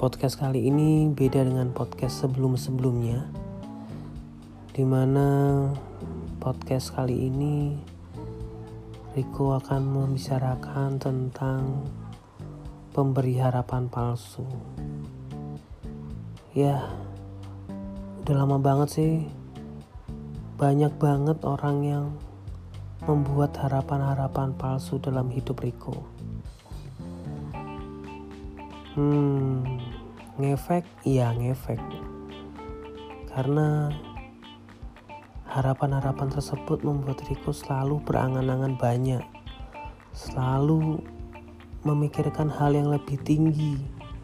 Podcast kali ini beda dengan podcast sebelum-sebelumnya, dimana podcast kali ini Riko akan membicarakan tentang pemberi harapan palsu. Ya, udah lama banget sih, banyak banget orang yang membuat harapan-harapan palsu dalam hidup Riko. Ngefek, iya ngefek. Karena harapan-harapan tersebut membuat Riko selalu berangan-angan banyak, selalu memikirkan hal yang lebih tinggi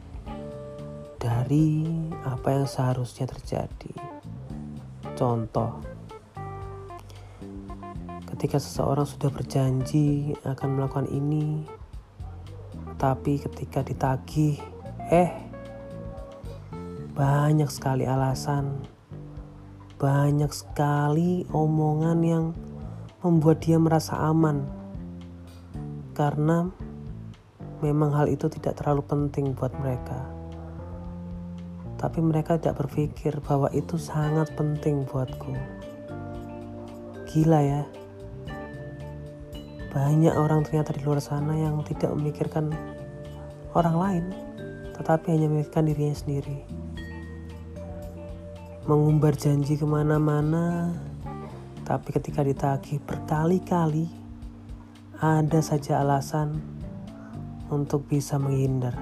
dari apa yang seharusnya terjadi. Contoh, ketika seseorang sudah berjanji akan melakukan ini, tapi ketika ditagih, banyak sekali alasan, banyak sekali omongan yang membuat dia merasa aman. Karena memang hal itu tidak terlalu penting buat mereka. Tapi mereka tidak berpikir bahwa itu sangat penting buatku. Gila ya. Banyak orang ternyata di luar sana yang tidak memikirkan orang lain, tetapi hanya memikirkan dirinya sendiri. Mengumbar janji kemana-mana, tapi ketika ditagih berkali-kali, ada saja alasan untuk bisa menghindar.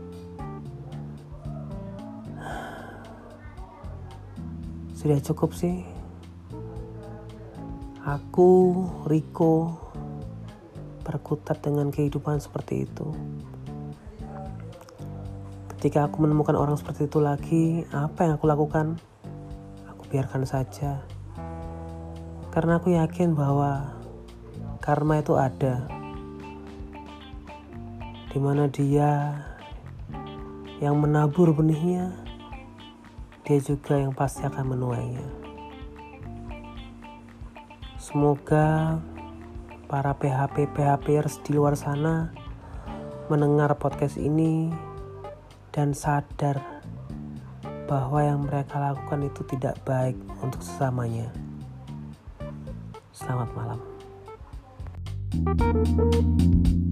Sudah cukup sih. Aku, Riko, berkutat dengan kehidupan seperti itu. Ketika aku menemukan orang seperti itu lagi, apa yang aku lakukan? Aku biarkan saja. Karena aku yakin bahwa karma itu ada. Dimana dia yang menabur benihnya, dia juga yang pasti akan menuainya. Semoga para PHP-PHPers di luar sana mendengar podcast ini dan sadar bahwa yang mereka lakukan itu tidak baik untuk sesamanya. Selamat malam.